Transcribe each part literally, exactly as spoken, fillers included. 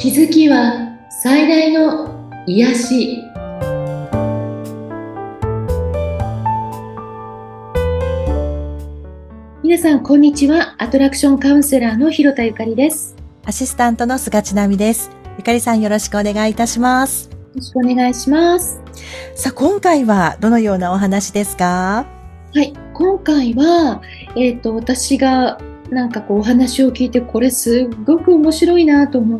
気づきは最大の癒し。皆さんこんにちは。アトラクションカウンセラーの広田ゆかりです。 アシスタントの菅千奈美です。ゆかりさん、よろしくお願いいたします。 よろしくお願いします。 さあ、今回はどのようなお話ですか？ はい、今回は、えっと、私がなんかこうお話を聞いて、これすっごく面白いなと思って、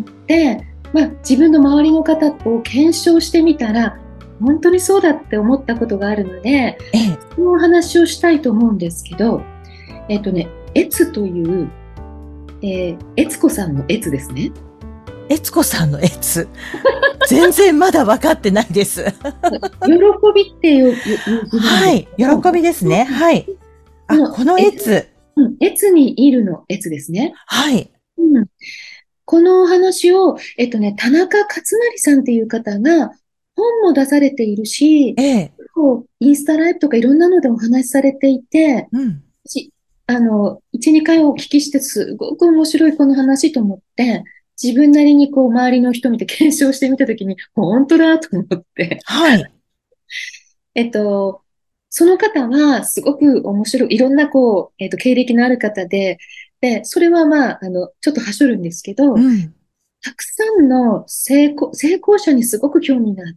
まあ、自分の周りの方を検証してみたら、本当にそうだって思ったことがあるので、 ええ。 そのお話をしたいと思うんですけど、えっとね、えつという、えー、えつこさんのえつですね。 えつこさんのえつ。全然まだ分かってないです。 喜びっていう字なんですはい。喜けど、 びですね。はい。あ、 このこのえつ、 えつ。 うん、えつにいるのえつですね。 はい。 うん、このお話を、えっとね、田中勝成さんっていう方が本も出されているし、 ええ。 こうインスタライブとかいろんなのでお話しされていて、 うん。 しあの、いち、にかいお聞きしてすごく面白いこの話と思って、自分なりにこう周りの人見て検証してみたときに、本当だと思って、 はい。 えっと、その方はすごく面白い、いろんなこう、えっと、経歴のある方で、で、それはまあ、あの、ちょっとはしょるんですけど、 うん。 たくさんの成功、成功者にすごく興味があって、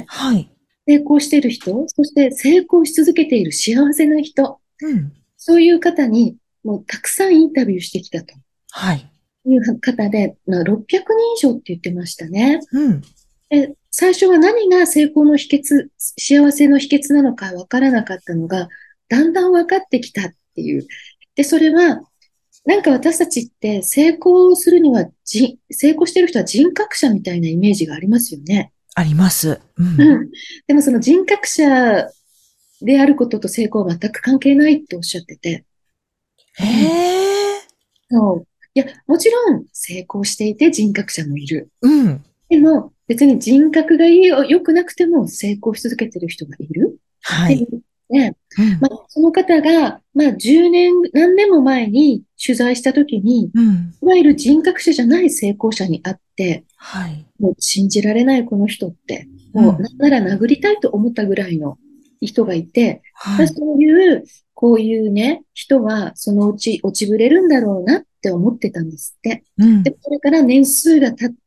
はい。 成功している人、そして成功し続けている幸せな人、 うん。 そういう方にもうたくさんインタビューしてきたとはい。 いう方で、まあ、ろっぴゃくにん以上って言ってましたね。 うん。 で、最初は何が成功の秘訣、幸せの秘訣なのかわからなかったのが、だんだん分かってきたっていう。で、それは、なんか私たちって成功するにはじ、成功してる人は人格者みたいなイメージがありますよね。 あります。うん。 うん。でもその人格者であることと成功は全く関係ないっておっしゃってて。 へうん。 え。 そう。いや、もちろん成功していて人格者もいる。 うん。 でも別に人格がいいよ、良くなくても成功し続けてる人がいるっていはい。 うね。 うん。 まあ、その方が、まあ、じゅうねん、何年も前に取材したときに、 うん。 いわゆる人格者じゃない成功者に会って、 はい。 もう信じられないこの人って、もううん。 なんなら殴りたいと思ったぐらいの人がいて、まあ、 はい。 そういう、こういうね、人はそのうち落ちぶれるんだろうなって思ってたんですって。で、 うん。 それから年数が経って、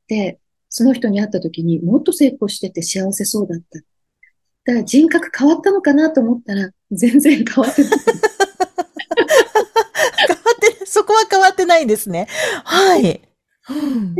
その人に会った時にもっと成功してて幸せそうだった。だから人格変わったのかなと思ったら、全然変わってない。 変わって、そこは変わってないんですね。はい。うん。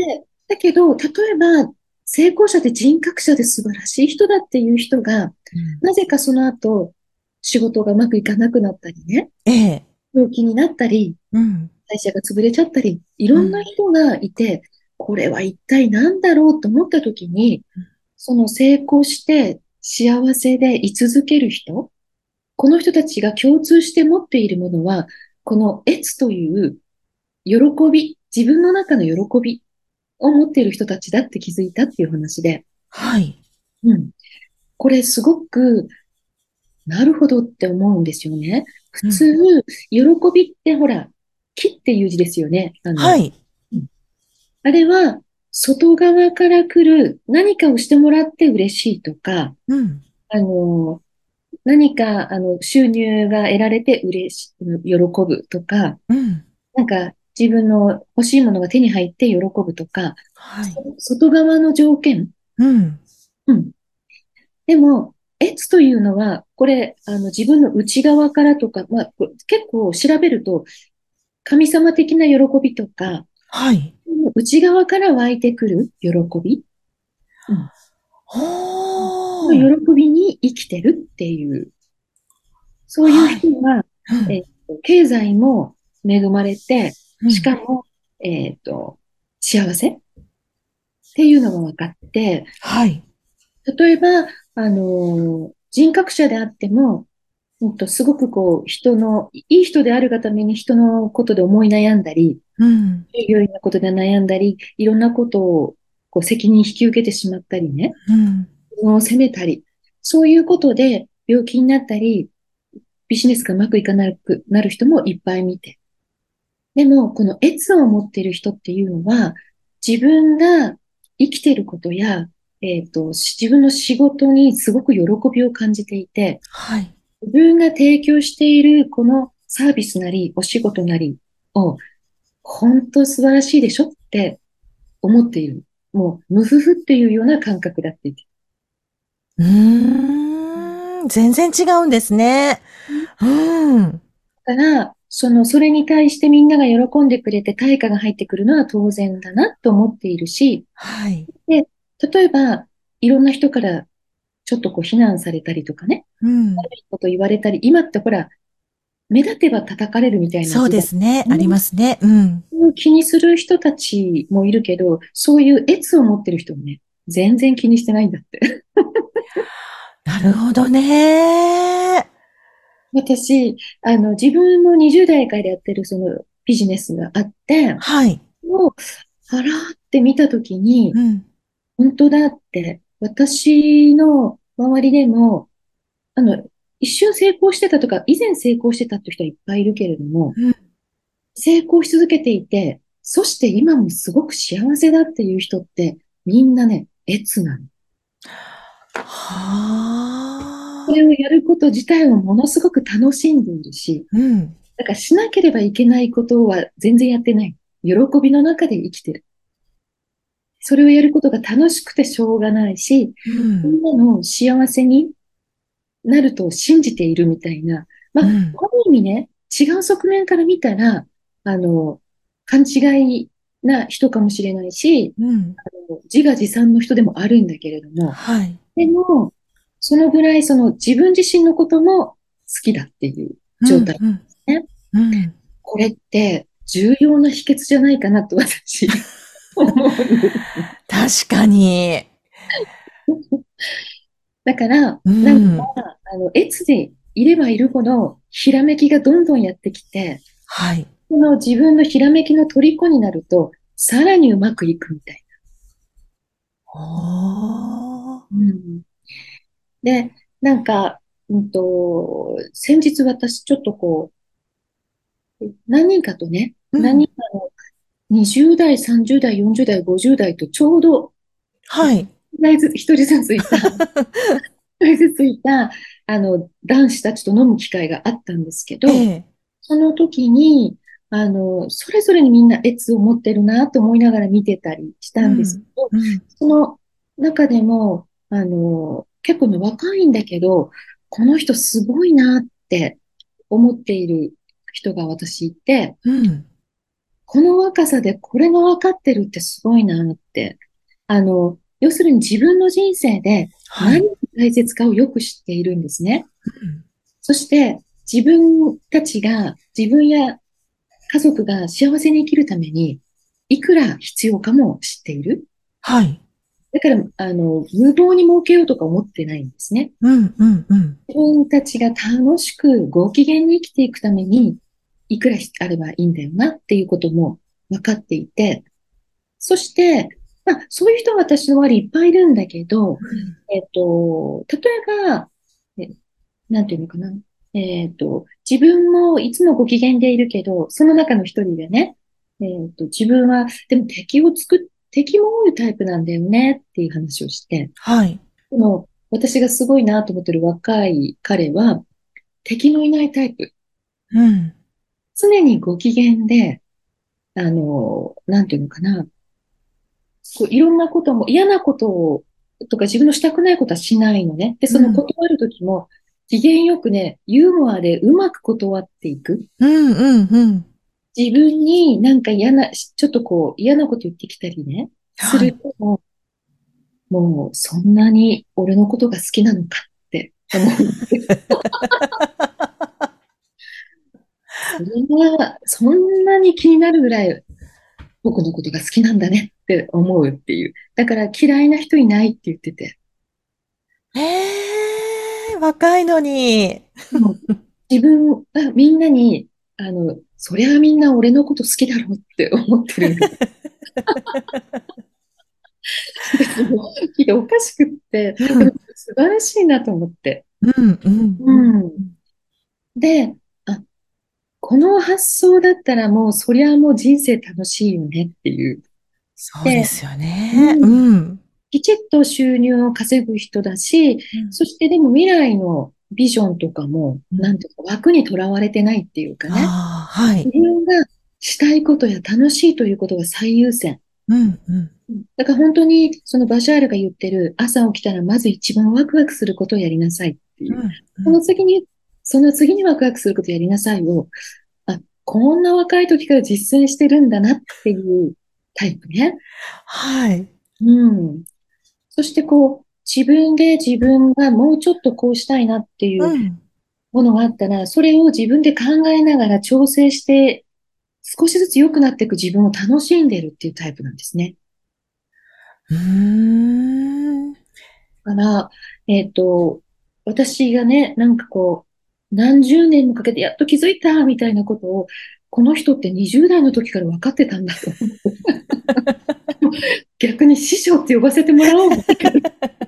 で、だけど、例えば、成功者で人格者で素晴らしい人だっていう人が、 うん。 なぜかその後、仕事がうまくいかなくなったりね、 ええ。 病気になったり、 うん。 会社が潰れちゃったり、いろんなうん。 人がいて、これは一体何だろうと思った時に、その成功して幸せで居続ける人、この人たちが共通して持っているものは、この越という喜び、自分の中の喜びを持っている人たちだって気づいたっていう話で、 はい。 うん。これすごく、なるほどって思うんですよね。普うん。 通、喜びってほら、喜っていう字ですよね。あの、 はい。 うん、あれは、外側から来る何かをしてもらって嬉しいとか、 うん。 あの、何か、あの、収入が得られて嬉し、喜ぶとか、 うん。 なんか自分の欲しいものが手に入って喜ぶとか、 はい。 そ外側の条件。 うん。 うん。でも、越というのは、これ、あの、自分の内側からとか、まあ、こ結構調べると、神様的な喜びとか、 はい。 内側から湧いてくる喜び、うん、のほー。 喜びに生きてるっていう、そういうはい。 人は、 うん。 えっと、経済も恵まれて、 うん。 しかも、えっと、幸せっていうのが分かって、 はい。 例えば、あの、人格者であっても、うんと、すごくこう、人の、いい人であるがために人のことで思い悩んだり、 うん。 従業員のことで悩んだり、いろんなことをこう責任引き受けてしまったりね、 うん。 自分を責めたり、そういうことで病気になったり、ビジネスがうまくいかなくなる人もいっぱい見て。でも、この越を持っている人っていうのは、自分が生きていることや、えっと、し自分の仕事にすごく喜びを感じていて、 はい。 自分が提供しているこのサービスなり、お仕事なりを、本当素晴らしいでしょって思っている。もう、無夫婦っていうような感覚だって言って。 うーん。全然違うんですね。うん。 だから、その、それに対してみんなが喜んでくれて対価が入ってくるのは当然だなと思っているし、 はい。 で、例えば、いろんな人からちょっとこう非難されたりとかね、 うん。 悪いこと言われたり、今ってほら、目立てば叩かれるみたいなそう時代。 ですね。ありうんますね。うん。 気にする人たちもいるけど、そういう越を持ってる人もね、全然気にしてないんだって。 なるほどね。 私、あの、自分もにじゅう代からやってるそのビジネスがあって、 はい。 もう、あらーって見たときに、 うん。 本当だって、私の周りでも、あの、一瞬成功してたとか、以前成功してたって人はいっぱいいるけれども、 うん。 成功し続けていて、そして今もすごく幸せだっていう人って、みんなね、越なの。それはあ。 をやること自体をものすごく楽しんでいるし、 うん。 だからしなければいけないことは全然やってない。喜びの中で生きてる。それをやることが楽しくてしょうがないし、 うん。 みんなの幸せになると信じているみたいな。まあ、 うん。 ある意味ね、違う側面から見たら、あの、勘違いな人かもしれないし、 うん。 あの自画自賛の人でもあるんだけれども、 はい。 でも、そのぐらいその自分自身のことも好きだっていううん。 状態でうん。 すね。 うん。 これって重要な秘訣じゃないかなと私思うんです。 確かに。 だから、 うなんか、 ん。 あの、越でいればいるほど、ひらめきがどんどんやってきて、 はい。 その自分のひらめきの虜になると、さらにうまくいくみたいおな。 ー。 うん、で、なんか、うんと、先日私ちょっとこう、何人かとね、 うん。 何人かのにじゅう代、さんじゅう代、よんじゅう代、ごじゅう代とちょうど、 はい。 一人ずつ一人ずついた、一人ずついた、あの、男子たちと飲む機会があったんですけど、 ええ。 その時に、あの、それぞれにみんな越を持ってるなと思いながら見てたりしたんですけうん。 ど、 うん。 その中でも、あの、結構ね、若いんだけど、この人すごいなって思っている人が私いて、 うん。 この若さでこれが分かってるってすごいなって。あの、要するに自分の人生ではい。 何が大切かをよく知っているんですね。 うん。 そして自分たちが、自分や家族が幸せに生きるために、いくら必要かも知っている。 はい。 だから、あの、無謀に儲けようとか思ってないんですね。 うん。うん。うん。 自分たちが楽しくご機嫌に生きていくために、いくらあればいいんだよなっていうことも分かっていて、そして、まあ、そういう人は私の周りいっぱいいるんだけど、えっと、例えば、えなんていうのかな。えっと、自分もいつもご機嫌でいるけど、その中の一人でね、えっと、自分は、でも敵を作っ、敵も多いタイプなんだよねっていう話をして、 はい。 でも、私がすごいなと思ってる若い彼は、敵のいないタイプ。 うん。 常にご機嫌で、あの、なんていうのかな。こういろんなことも、嫌なことを、とか自分のしたくないことはしないのね。で、そのうん。 断るときも、機嫌よくね、ユーモアでうまく断っていく。 うん。うん。うん。 自分になんか嫌な、ちょっとこう嫌なこと言ってきたりね、すはい。 ると、もう、もうそんなに俺のことが好きなのかって思うんですよ。それは、そんなに気になるぐらい僕のことが好きなんだねって思うっていう。だから嫌いな人いないって言ってて。 ええ、若いのに。 もう自分がみんなに、あの、そりゃみんな俺のこと好きだろうって思ってるみたい。ですもういやおかしくって、でもうん。 素晴らしいなと思って。 うん。うん。 うん。で、あ、この発想だったらもう、そりゃもう人生楽しいよねっていう。 で、 そうですよね。 うん、 うん。 きちっと収入を稼ぐ人だし、 うん。 そしてでも未来のビジョンとかも、 うん。 なんていうか枠にとらわれてないっていうかね、 ああ、はい。 自分がしたいことや楽しいということが最優先。 うん、うん。 うんだから本当にそのバシャールが言ってる朝起きたらまず一番ワクワクすることをやりなさいっていう。 うん、うそのん。 次に、その次にワクワクすることをやりなさいを、あ、こんな若い時から実践してるんだなっていうタイプね。 はい。 うん。そしてこう、自分で自分がもうちょっとこうしたいなっていううん。 ものがあったら、それを自分で考えながら調整して、少しずつ良くなっていく自分を楽しんでるっていうタイプなんですね。 うーん。 だから、えっと、私がね、なんかこう、何十年もかけてやっと気づいたみたいなことを、この人ってにじゅう代の時から分かってたんだと思って。逆に師匠って呼ばせてもらおうみたいな。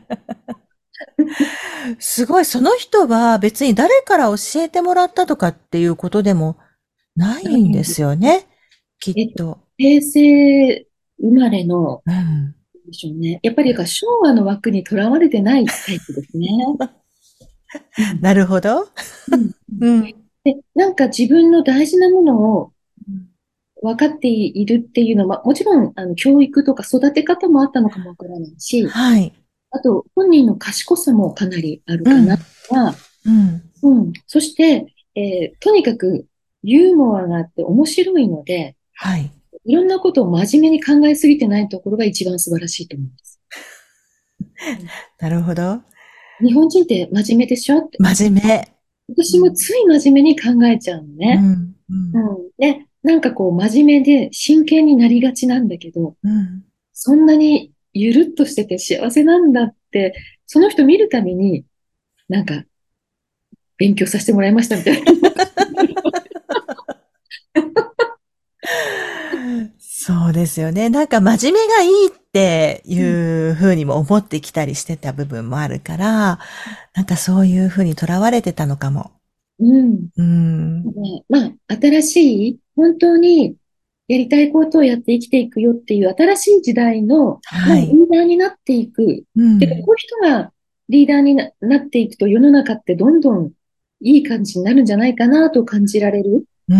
すごい、その人は別に誰から教えてもらったとかっていうことでもないんでないんですね。 すよね。きっえっと、 と。 平成生まれの、 うん。 でしょうね。やっぱりだから昭和の枠にとらわれてないタイプですね。うん。 なるほど。 うん。うんうん。 で、なんか自分の大事なものを分かっているっていうのは、もちろん、あの、教育とか育て方もあったのかもわからないし、 はい。 あと、本人の賢さもかなりあるかな。 うん。うん。 うん。そして、えーとにかくユーモアがあって面白いので、 はい。 いろんなことを真面目に考えすぎてないところが一番素晴らしいと思います。うんなるほど。 日本人って真面目でしょって。 真面目。う私もん。 つい真面目に考えちゃうのね。 うん。うん。 うん。で、なんかこう真面目で真剣になりがちなんだけど、 うん。 そんなにゆるっとしてて幸せなんだって、その人見るたびに、なんか勉強させてもらいましたみたいな。 そうですよね。なんか真面目がいいっていうんうふうにも思ってきたりしてた部分もあるから、なんかそういうふうにとらわれてたのかも。 うん。 うん。 ねまあ、新しい、本当にやりたいことをやって生きていくよっていう新しい時代の、まあ、リはい。 ーダーになっていく。てか、こうん。 ういう人がリーダーにな、なっていくと世の中ってどんどんいい感じになるんじゃないかなと感じられる。 うん。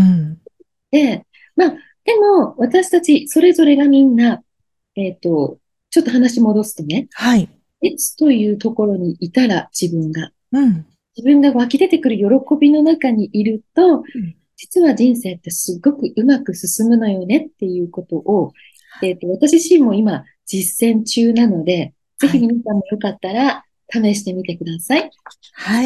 で、まあ、でも私たちそれぞれがみんな、えっと、ちょっと話戻すとね、 はい。 別というところにいたら自分が、 うん。 自分が湧き出てくる喜びの中にいると、 うん。 実は人生ってすごくうまく進むのよねっていうことを、えっと、私自身も今実践中なので、ぜはい。 ひ皆さんもよかったら試してみてください。 はい。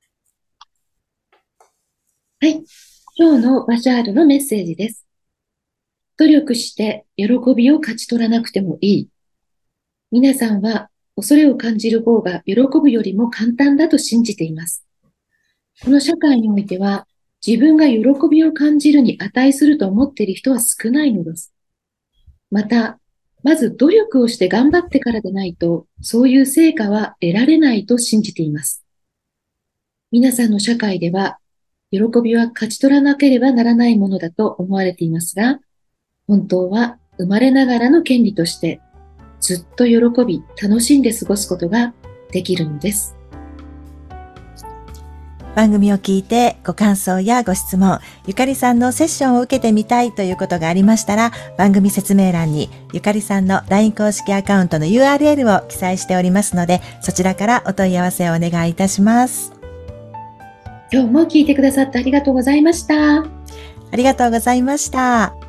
はい。今日のバシャールのメッセージです。努力して喜びを勝ち取らなくてもいい。皆さんは恐れを感じる方が喜ぶよりも簡単だと信じています。この社会においては自分が喜びを感じるに値すると思っている人は少ないのです。また、まず努力をして頑張ってからでないと、そういう成果は得られないと信じています。皆さんの社会では、喜びは勝ち取らなければならないものだと思われていますが、本当は生まれながらの権利として、ずっと喜び、楽しんで過ごすことができるのです。 番組を聞いてご感想やご質問、ゆかりさんのセッションを受けてみたいということがありましたら、番組説明欄にゆかりさんの ライン 公式アカウントの ユーアールエル を記載しておりますので、そちらからお問い合わせをお願いいたします。 今日も聞いてくださってありがとうございました。 ありがとうございました。